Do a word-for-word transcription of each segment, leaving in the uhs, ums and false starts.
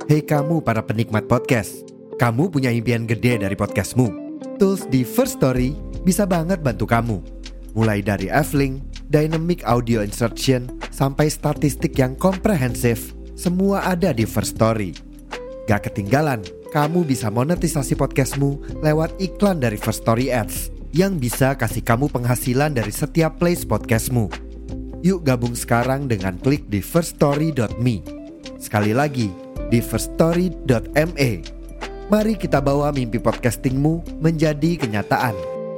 Hei kamu para penikmat podcast, kamu punya impian gede dari podcastmu. Tools di First Story bisa banget bantu kamu. Mulai dari F-Link, Dynamic Audio Insertion, sampai statistik yang komprehensif, semua ada di First Story. Gak ketinggalan, kamu bisa monetisasi podcastmu lewat iklan dari First Story Ads yang bisa kasih kamu penghasilan dari setiap plays podcastmu. Yuk gabung sekarang dengan klik di first story dot me. Sekali lagi, di first story dot me. Mari kita bawa mimpi podcastingmu menjadi kenyataan.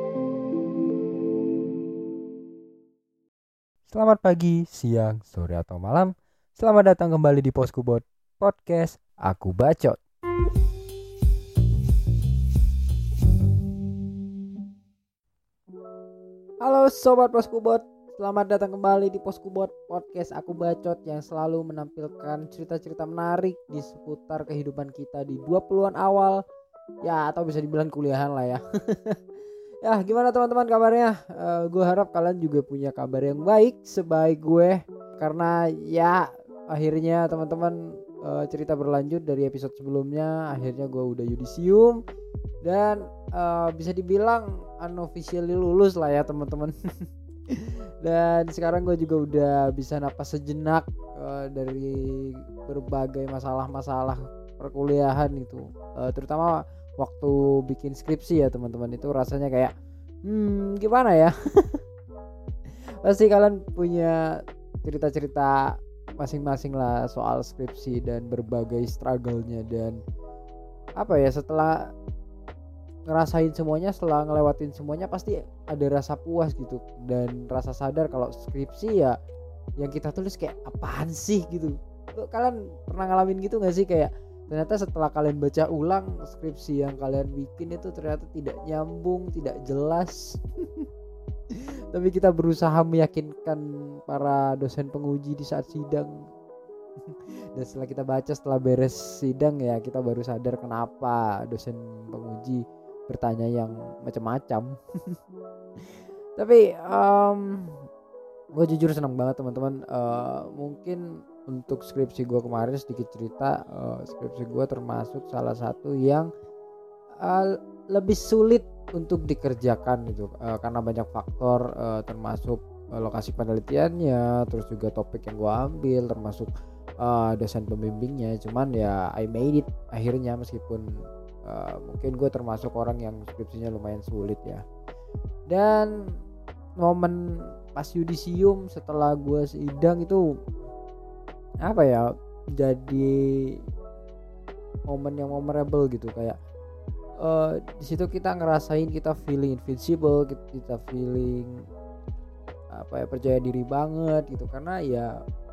Selamat pagi, siang, sore atau malam. Selamat datang kembali di Poskubot Podcast Aku Bacot. Halo sobat Poskubot, selamat datang kembali di Poskubot Podcast Aku Bacot yang selalu menampilkan cerita-cerita menarik di seputar kehidupan kita di dua puluhan awal. Ya, atau bisa dibilang kuliahan lah ya. Ya, gimana teman-teman kabarnya? Uh, gue harap kalian juga punya kabar yang baik sebaik gue. Karena ya akhirnya teman-teman uh, cerita berlanjut dari episode sebelumnya. Akhirnya gue udah yudisium. Dan uh, bisa dibilang unofficially lulus lah ya teman-teman. Dan sekarang gue juga udah bisa napas sejenak uh, dari berbagai masalah-masalah perkuliahan itu. Uh, terutama waktu bikin skripsi ya teman-teman, itu rasanya kayak hmm gimana ya. Pasti kalian punya cerita-cerita masing-masing lah soal skripsi dan berbagai struggle-nya. Dan apa ya, setelah ngerasain semuanya, setelah ngelewatin semuanya, pasti ada rasa puas gitu dan rasa sadar kalau skripsi ya yang kita tulis kayak apaan sih gitu. Kalian pernah ngalamin gitu gak sih, kayak ternyata setelah kalian baca ulang skripsi yang kalian bikin itu ternyata tidak nyambung, tidak jelas. Tapi kita berusaha meyakinkan para dosen penguji di saat sidang. Dan setelah kita baca, setelah beres sidang ya, kita baru sadar kenapa dosen penguji bertanya yang macam-macam. Tapi um, gue jujur senang banget teman-teman. Uh, mungkin untuk skripsi gue kemarin sedikit cerita, uh, skripsi gue termasuk salah satu yang uh, lebih sulit untuk dikerjakan gitu, uh, karena banyak faktor, uh, termasuk uh, lokasi penelitiannya, terus juga topik yang gue ambil, termasuk uh, dosen pembimbingnya. Cuman ya I made it akhirnya, meskipun uh, mungkin gue termasuk orang yang skripsinya lumayan sulit ya. Dan momen pas yudisium setelah gue sidang itu apa ya, jadi momen yang memorable gitu. Kayak uh, di situ kita ngerasain, kita feeling invincible, kita feeling apa ya, percaya diri banget gitu. Karena ya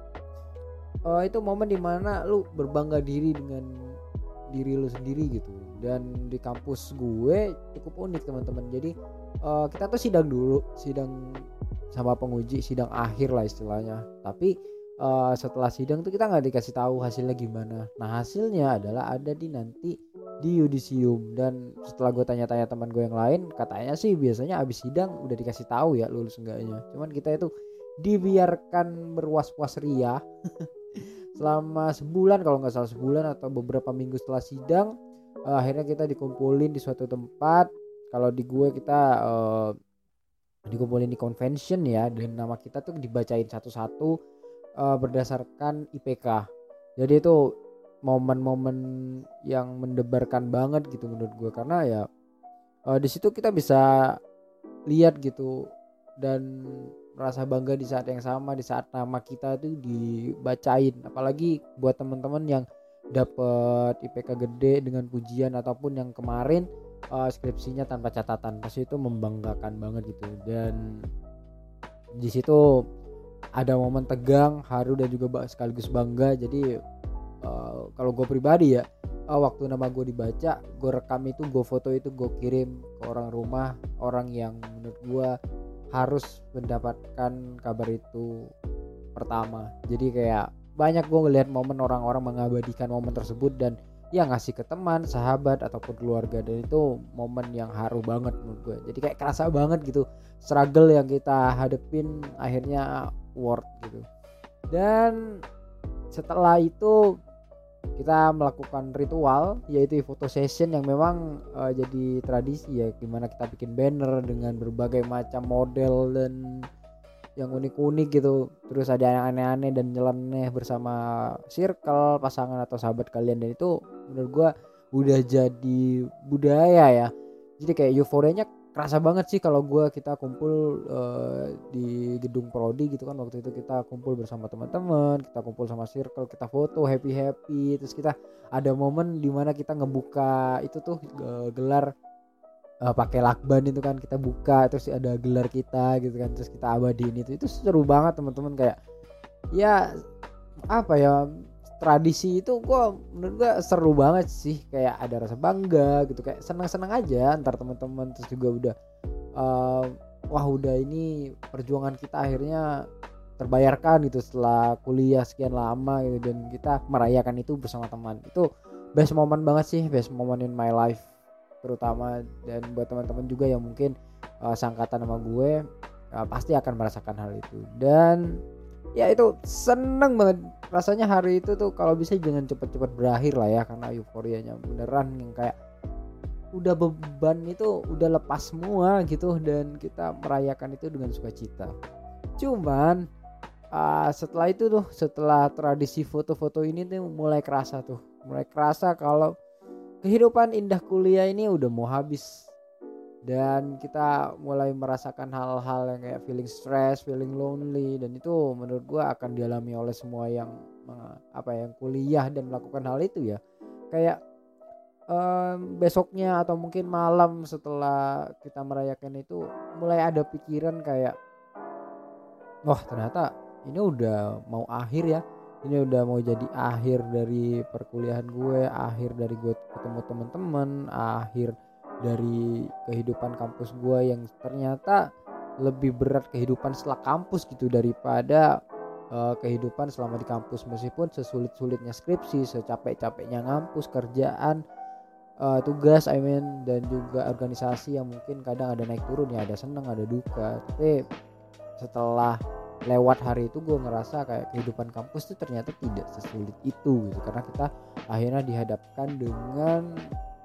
uh, itu momen dimana lu berbangga diri dengan diri lu sendiri gitu. Dan di kampus gue cukup unik teman-teman. Jadi uh, kita tuh sidang dulu, sidang sama penguji, sidang akhir lah istilahnya. Tapi Uh, setelah sidang tuh kita nggak dikasih tahu hasilnya gimana. Nah hasilnya adalah ada di nanti di yudisium. Dan setelah gue tanya-tanya teman gue yang lain, katanya sih biasanya abis sidang udah dikasih tahu ya lulus enggaknya. Cuman kita itu dibiarkan berwas-was ria selama sebulan, kalau nggak salah sebulan atau beberapa minggu setelah sidang. Uh, akhirnya kita dikumpulin di suatu tempat. Kalau di gue kita uh, dikumpulin di convention ya, dan nama kita tuh dibacain satu-satu Uh, berdasarkan I P K. Jadi itu momen-momen yang mendebarkan banget gitu menurut gue, karena ya uh, di situ kita bisa lihat gitu dan merasa bangga di saat yang sama, di saat nama kita tuh dibacain. Apalagi buat teman-teman yang dapat I P K gede dengan pujian, ataupun yang kemarin uh, skripsinya tanpa catatan, pasti itu membanggakan banget gitu. Dan di situ ada momen tegang, haru, dan juga sekaligus bangga. Jadi uh, kalau gue pribadi ya, uh, waktu nama gue dibaca, gue rekam itu, gue foto itu, gue kirim ke orang rumah, orang yang menurut gue harus mendapatkan kabar itu pertama. Jadi kayak banyak gue ngelihat momen orang-orang mengabadikan momen tersebut dan ya ngasih ke teman, sahabat, ataupun keluarga. Dan itu momen yang haru banget menurut gue. Jadi kayak kerasa banget gitu struggle yang kita hadepin akhirnya worth gitu. Dan setelah itu kita melakukan ritual yaitu foto session yang memang uh, jadi tradisi ya, gimana kita bikin banner dengan berbagai macam model dan yang unik-unik gitu, terus ada yang aneh-aneh dan nyeleneh bersama circle, pasangan atau sahabat kalian, dan itu menurut gua udah jadi budaya ya. Jadi kayak euforianya kerasa banget sih kalau gua kita kumpul uh, di gedung prodi gitu kan. Waktu itu kita kumpul bersama teman-teman, kita kumpul sama circle, kita foto happy happy, terus kita ada momen dimana kita ngebuka itu tuh uh, gelar uh, pakai lakban itu kan, kita buka terus ada gelar kita gitu kan, terus kita abadiin itu. Itu seru banget teman-teman, kayak ya apa ya, tradisi itu gua menurut gua seru banget sih, kayak ada rasa bangga gitu, kayak senang-senang aja antar teman-teman. Terus juga udah uh, wah udah ini perjuangan kita akhirnya terbayarkan gitu setelah kuliah sekian lama gitu, dan kita merayakan itu bersama teman. Itu best moment banget sih, best moment in my life terutama. Dan buat teman-teman juga yang mungkin uh, sangkatan sama gue uh, pasti akan merasakan hal itu. Dan ya itu seneng banget rasanya hari itu tuh, kalau bisa jangan cepet-cepet berakhir lah ya, karena euforianya beneran yang kayak udah beban itu udah lepas semua gitu, dan kita merayakan itu dengan sukacita. Cuman uh, setelah itu tuh, setelah tradisi foto-foto ini tuh mulai kerasa tuh mulai kerasa kalau kehidupan indah kuliah ini udah mau habis, dan kita mulai merasakan hal-hal yang kayak feeling stress, feeling lonely, dan itu menurut gua akan dialami oleh semua yang apa yang kuliah dan melakukan hal itu ya. Kayak um, besoknya atau mungkin malam setelah kita merayakan itu mulai ada pikiran kayak, wah ternyata ini udah mau akhir ya, ini udah mau jadi akhir dari perkuliahan gue, akhir dari gue ketemu teman-teman, akhir dari kehidupan kampus gue yang ternyata lebih berat kehidupan setelah kampus gitu daripada uh, kehidupan selama di kampus. Meskipun sesulit-sulitnya skripsi, secapek-capeknya ngampus, kerjaan, uh, tugas I mean, dan juga organisasi yang mungkin kadang ada naik turun ya, ada seneng ada duka. Tapi setelah lewat hari itu gue ngerasa kayak kehidupan kampus tuh ternyata tidak sesulit itu gitu, karena kita akhirnya dihadapkan dengan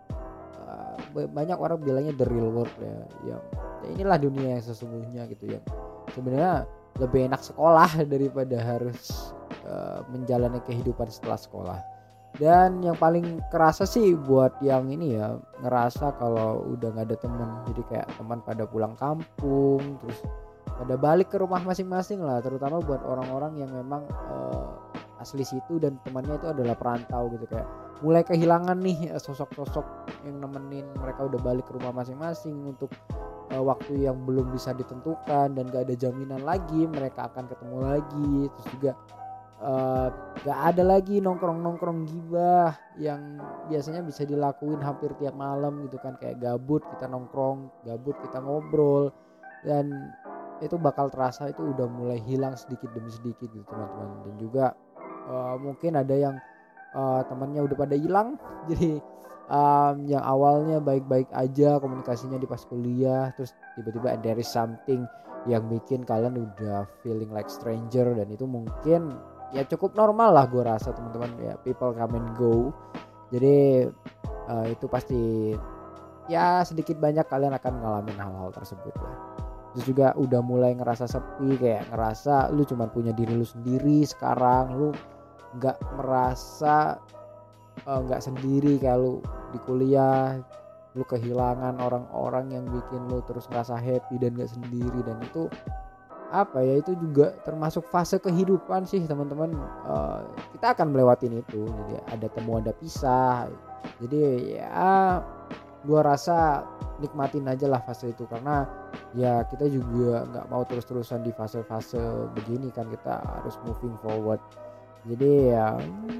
banyak orang bilangnya the real world ya, yang ya inilah dunia yang sesungguhnya gitu, yang sebenarnya lebih enak sekolah daripada harus uh, menjalani kehidupan setelah sekolah. Dan yang paling kerasa sih buat yang ini ya, ngerasa kalau udah nggak ada teman, jadi kayak teman pada pulang kampung, terus pada balik ke rumah masing-masing lah, terutama buat orang-orang yang memang uh, asli situ dan temannya itu adalah perantau gitu, kayak mulai kehilangan nih sosok-sosok yang nemenin mereka, udah balik ke rumah masing-masing untuk uh, waktu yang belum bisa ditentukan, dan gak ada jaminan lagi mereka akan ketemu lagi. Terus juga uh, gak ada lagi nongkrong-nongkrong gibah yang biasanya bisa dilakuin hampir tiap malam gitu kan, kayak gabut kita nongkrong, gabut kita ngobrol, dan itu bakal terasa itu udah mulai hilang sedikit demi sedikit gitu teman-teman. Dan juga uh, mungkin ada yang Uh, temannya udah pada hilang, jadi um, yang awalnya baik-baik aja komunikasinya di pas kuliah, terus tiba-tiba there is something yang bikin kalian udah feeling like stranger, dan itu mungkin ya cukup normal lah gue rasa teman-teman ya, people come and go. Jadi uh, itu pasti ya sedikit banyak kalian akan ngalamin hal-hal tersebut ya. Terus juga udah mulai ngerasa sepi, kayak ngerasa lu cuma punya diri lu sendiri sekarang, lu nggak merasa nggak uh, sendiri kayak lu di kuliah, lu kehilangan orang-orang yang bikin lu terus ngerasa happy dan nggak sendiri. Dan itu apa ya, itu juga termasuk fase kehidupan sih teman-teman. Uh, kita akan melewatin itu, jadi ada temu ada pisah. Jadi ya gua rasa nikmatin aja lah fase itu, karena ya kita juga nggak mau terus-terusan di fase-fase begini kan, kita harus moving forward. Jadi ya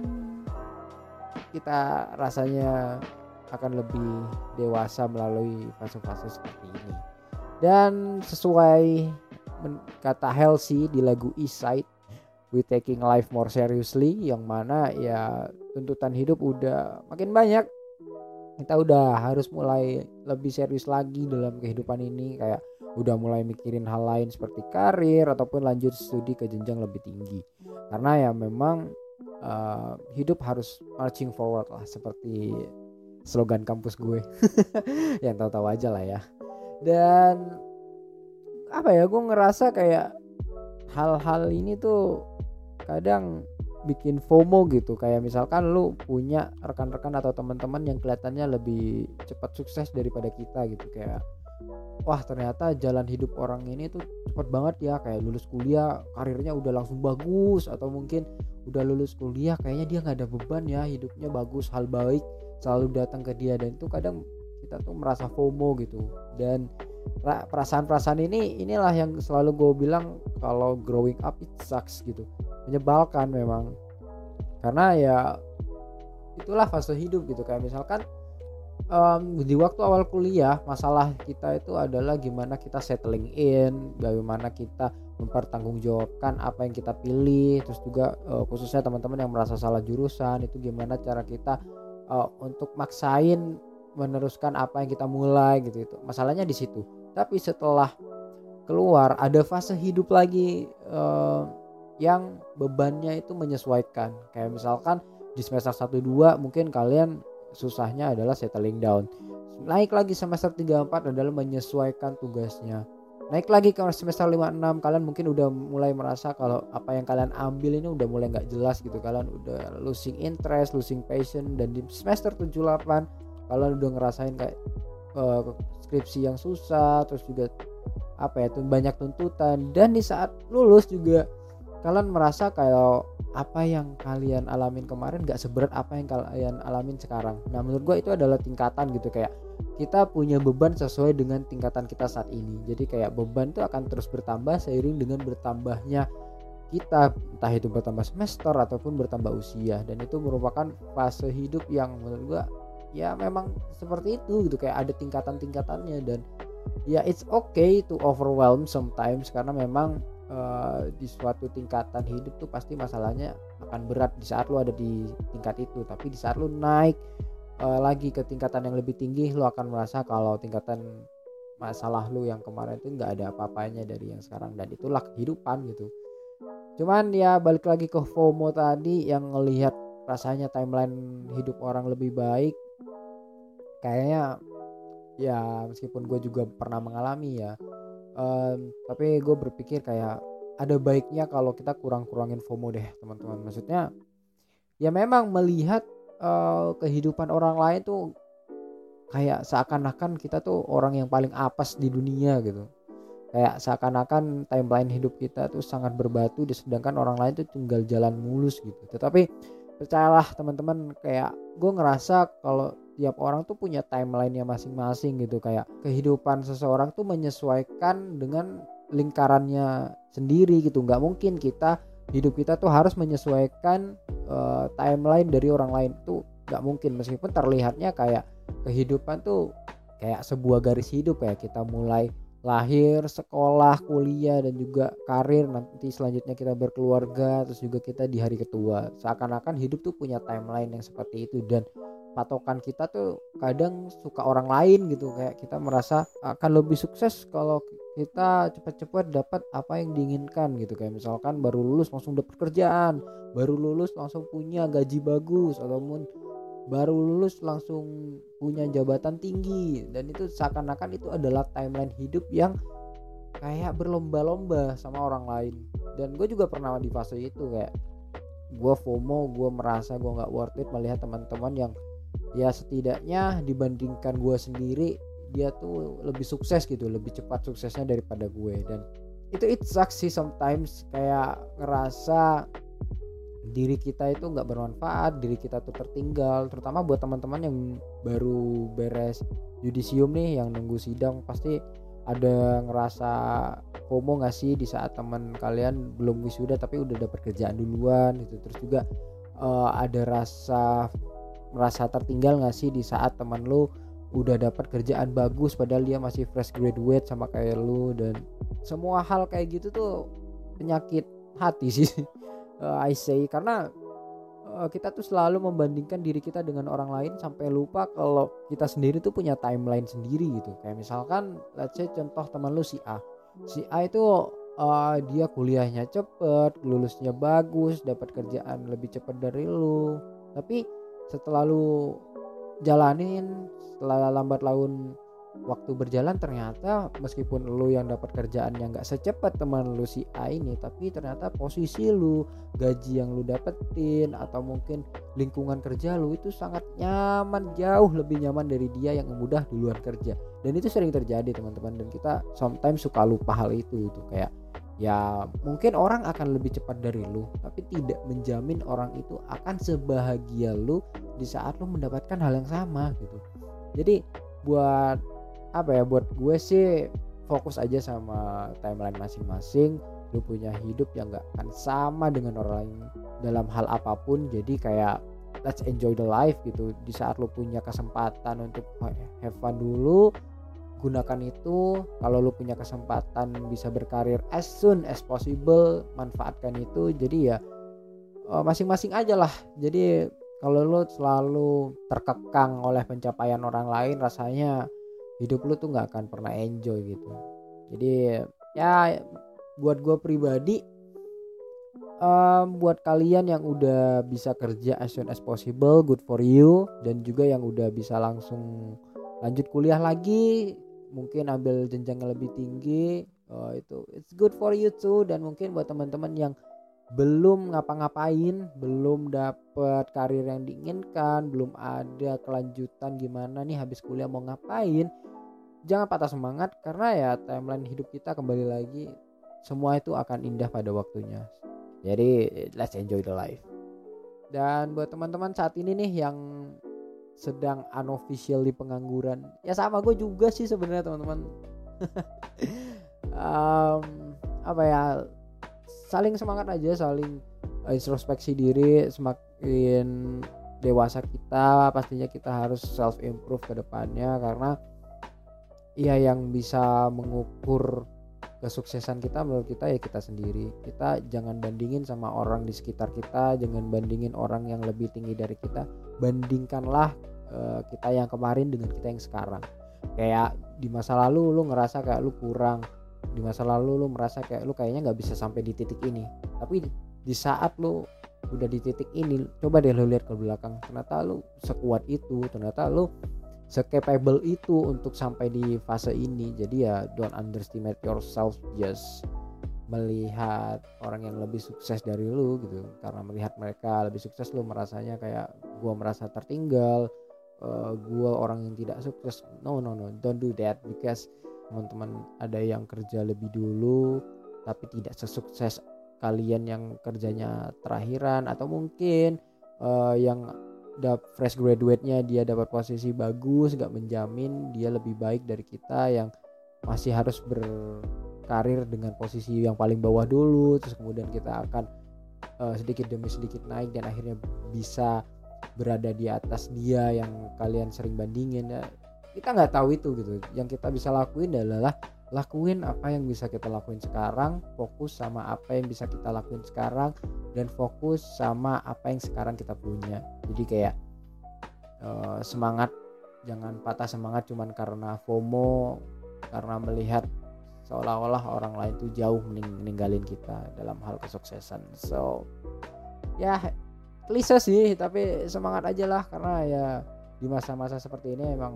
kita rasanya akan lebih dewasa melalui fase-fase seperti ini. Dan sesuai kata Halsey di lagu East Side, we taking life more seriously, yang mana ya tuntutan hidup udah makin banyak. Kita udah harus mulai lebih serius lagi dalam kehidupan ini, kayak udah mulai mikirin hal lain seperti karir ataupun lanjut studi ke jenjang lebih tinggi. Karena ya memang uh, hidup harus marching forward lah, seperti slogan kampus gue. Yang tahu-tahu aja lah ya. Dan apa ya, gue ngerasa kayak hal-hal ini tuh kadang bikin FOMO gitu. Kayak misalkan lu punya rekan-rekan atau teman-teman yang kelihatannya lebih cepat sukses daripada kita gitu. Kayak wah, ternyata jalan hidup orang ini tuh cepet banget ya. Kayak lulus kuliah karirnya udah langsung bagus, atau mungkin udah lulus kuliah kayaknya dia gak ada beban ya, hidupnya bagus, hal baik selalu datang ke dia. Dan itu kadang kita tuh merasa FOMO gitu. Dan perasaan-perasaan ini inilah yang selalu gue bilang kalau growing up it sucks gitu, menyebalkan memang. Karena ya itulah fase hidup gitu. Kayak misalkan um, di waktu awal kuliah, masalah kita itu adalah gimana kita settling in, bagaimana kita mempertanggungjawabkan apa yang kita pilih. Terus juga uh, khususnya teman-teman yang merasa salah jurusan, itu gimana cara kita uh, untuk maksain meneruskan apa yang kita mulai gitu. Itu masalahnya di situ. Tapi setelah keluar ada fase hidup lagi uh, yang bebannya itu menyesuaikan. Kayak misalkan di semester satu dua mungkin kalian susahnya adalah settling down. Naik lagi semester tiga empat adalah menyesuaikan tugasnya. Naik lagi ke semester lima enam kalian mungkin udah mulai merasa kalau apa yang kalian ambil ini udah mulai gak jelas gitu. Kalian udah losing interest, losing passion. Dan di semester tujuh delapan kalian udah ngerasain kayak uh, skripsi yang susah, terus juga apa ya tuh banyak tuntutan. Dan di saat lulus juga kalian merasa kalau apa yang kalian alamin kemarin gak seberat apa yang kalian alamin sekarang. Nah menurut gue itu adalah tingkatan gitu. Kayak kita punya beban sesuai dengan tingkatan kita saat ini. Jadi kayak beban itu akan terus bertambah seiring dengan bertambahnya kita, entah itu bertambah semester ataupun bertambah usia. Dan itu merupakan fase hidup yang menurut gue ya memang seperti itu gitu. Kayak ada tingkatan-tingkatannya. Dan ya it's okay to overwhelm sometimes, karena memang uh, di suatu tingkatan hidup tuh pasti masalahnya akan berat di saat lu ada di tingkat itu. Tapi di saat lu naik uh, lagi ke tingkatan yang lebih tinggi, lu akan merasa kalau tingkatan masalah lu yang kemarin itu gak ada apa-apanya dari yang sekarang. Dan itulah kehidupan gitu. Cuman ya balik lagi ke FOMO tadi, yang ngelihat rasanya timeline hidup orang lebih baik. Kayaknya ya meskipun gue juga pernah mengalami ya, um, tapi gue berpikir kayak ada baiknya kalau kita kurang-kurangin FOMO deh teman-teman. Maksudnya ya memang melihat uh, kehidupan orang lain tuh kayak seakan-akan kita tuh orang yang paling apes di dunia gitu. Kayak seakan-akan timeline hidup kita tuh sangat berbatu, sedangkan orang lain tuh tinggal jalan mulus gitu. Tetapi percayalah teman-teman, kayak gue ngerasa kalau tiap orang tuh punya timeline-nya masing-masing gitu. Kayak kehidupan seseorang tuh menyesuaikan dengan lingkarannya sendiri gitu. Gak mungkin kita hidup kita tuh harus menyesuaikan uh, timeline dari orang lain. Tuh gak mungkin, meskipun terlihatnya kayak kehidupan tuh kayak sebuah garis hidup. Kayak kita mulai lahir, sekolah, kuliah, dan juga karir, nanti selanjutnya kita berkeluarga, terus juga kita di hari ketua. Seakan-akan hidup tuh punya timeline yang seperti itu. Dan patokan kita tuh kadang suka orang lain gitu. Kayak kita merasa akan lebih sukses kalau kita cepat-cepat dapat apa yang diinginkan gitu. Kayak misalkan baru lulus langsung dapat kerjaan, baru lulus langsung punya gaji bagus, ataupun baru lulus langsung punya jabatan tinggi. Dan itu seakan-akan itu adalah timeline hidup yang kayak berlomba-lomba sama orang lain. Dan gue juga pernah di fase itu, kayak gue FOMO, gue merasa gue gak worth it melihat teman-teman yang ya setidaknya dibandingkan gue sendiri dia tuh lebih sukses gitu, lebih cepat suksesnya daripada gue. Dan itu it sucks sih sometimes, kayak ngerasa diri kita itu nggak bermanfaat, diri kita tuh tertinggal. Terutama buat teman-teman yang baru beres yudisium nih, yang nunggu sidang, pasti ada ngerasa FOMO nggak sih di saat teman kalian belum wisuda tapi udah dapat kerjaan duluan gitu. Terus juga uh, ada rasa merasa tertinggal nggak sih di saat teman lu udah dapat kerjaan bagus padahal dia masih fresh graduate sama kayak lu. Dan semua hal kayak gitu tuh penyakit hati sih. Uh, I say, karena uh, kita tuh selalu membandingkan diri kita dengan orang lain sampai lupa kalau kita sendiri tuh punya timeline sendiri gitu. Kayak misalkan let's say contoh teman lu si A. Si A itu uh, dia kuliahnya cepet, lulusnya bagus, dapat kerjaan lebih cepet dari lu. Tapi setelah lu jalanin, setelah lambat laun waktu berjalan, ternyata meskipun lu yang dapat kerjaan yang gak secepat teman lu si A ini, tapi ternyata posisi lu, gaji yang lu dapetin, atau mungkin lingkungan kerja lu itu sangat nyaman, jauh lebih nyaman dari dia yang mudah duluan kerja. Dan itu sering terjadi teman-teman, dan kita sometimes suka lupa hal itu tuh. Kayak ya mungkin orang akan lebih cepat dari lu, tapi tidak menjamin orang itu akan sebahagia lu di saat lu mendapatkan hal yang sama gitu. Jadi buat apa ya, buat gue sih fokus aja sama timeline masing-masing. Lu punya hidup yang gak akan sama dengan orang lain dalam hal apapun. Jadi kayak let's enjoy the life gitu. Di saat lu punya kesempatan untuk have fun dulu, gunakan itu. Kalau lu punya kesempatan bisa berkarir as soon as possible, manfaatkan itu. Jadi ya masing-masing aja lah. Jadi kalau lu selalu terkekang oleh pencapaian orang lain, rasanya hidup lu tuh gak akan pernah enjoy gitu. Jadi ya buat gue pribadi, um, buat kalian yang udah bisa kerja as soon as possible, good for you. Dan juga yang udah bisa langsung lanjut kuliah lagi, mungkin ambil jenjang yang lebih tinggi, uh, itu it's good for you too. Dan mungkin buat teman-teman yang belum ngapa-ngapain, belum dapet karir yang diinginkan, belum ada kelanjutan gimana nih habis kuliah mau ngapain, jangan patah semangat, karena ya timeline hidup kita kembali lagi semua itu akan indah pada waktunya. Jadi let's enjoy the life. Dan buat teman-teman saat ini nih yang sedang unofficially pengangguran, ya sama gue juga sih sebenarnya teman-teman. um, apa ya, saling semangat aja, saling introspeksi diri. Semakin dewasa kita, pastinya kita harus self improve ke depannya, karena ya yang bisa mengukur kesuksesan kita menurut kita ya kita sendiri. Kita jangan bandingin sama orang di sekitar kita, jangan bandingin orang yang lebih tinggi dari kita. Bandingkanlah uh, kita yang kemarin dengan kita yang sekarang. Kayak di masa lalu lu ngerasa kayak lu kurang, di masa lalu lu merasa kayak lu kayaknya nggak bisa sampai di titik ini, tapi di saat lu udah di titik ini, coba deh lu lihat ke belakang, ternyata lu sekuat itu, ternyata lu se-capable itu untuk sampai di fase ini. Jadi ya don't underestimate yourself, just melihat orang yang lebih sukses dari lu gitu. Karena melihat mereka lebih sukses, lu merasanya kayak gua merasa tertinggal, uh, gua orang yang tidak sukses. No no no, don't do that, because teman-teman ada yang kerja lebih dulu tapi tidak sesukses kalian yang kerjanya terakhiran, atau mungkin uh, yang udah fresh graduate-nya dia dapat posisi bagus, gak menjamin dia lebih baik dari kita yang masih harus berkarir dengan posisi yang paling bawah dulu. Terus kemudian kita akan uh, sedikit demi sedikit naik dan akhirnya bisa berada di atas dia yang kalian sering bandingin ya. Kita nggak tahu itu gitu. Yang kita bisa lakuin adalah lakuin apa yang bisa kita lakuin sekarang, fokus sama apa yang bisa kita lakuin sekarang, dan fokus sama apa yang sekarang kita punya. Jadi kayak uh, semangat, jangan patah semangat cuman karena FOMO, karena melihat seolah-olah orang lain tuh jauh mening- meninggalin kita dalam hal kesuksesan. So ya klise sih, tapi semangat aja lah, karena ya di masa-masa seperti ini emang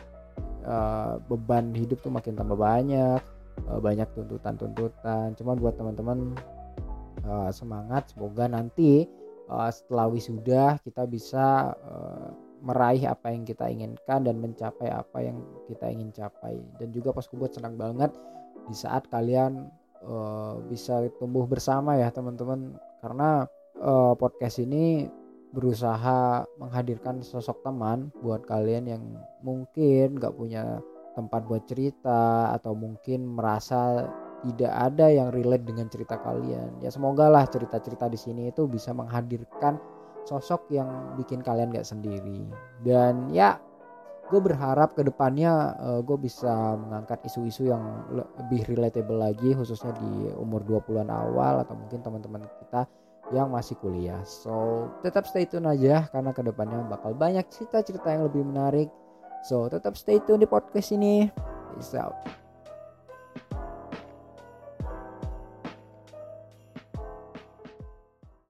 Uh, beban hidup tuh makin tambah banyak, uh, banyak tuntutan-tuntutan. Cuman buat teman-teman uh, semangat, semoga nanti uh, setelah wisuda kita bisa uh, meraih apa yang kita inginkan dan mencapai apa yang kita ingin capai. Dan juga Poskubot senang banget di saat kalian uh, bisa tumbuh bersama ya teman-teman, karena uh, podcast ini berusaha menghadirkan sosok teman buat kalian yang mungkin gak punya tempat buat cerita, atau mungkin merasa tidak ada yang relate dengan cerita kalian. Ya semoga lah cerita-cerita di sini itu bisa menghadirkan sosok yang bikin kalian gak sendiri. Dan ya gue berharap kedepannya uh, gue bisa mengangkat isu-isu yang lebih relatable lagi, khususnya di umur dua puluhan awal, atau mungkin teman-teman kita yang masih kuliah. So tetap stay tune aja, karena kedepannya bakal banyak cerita-cerita yang lebih menarik. So tetap stay tune di podcast ini. Peace out.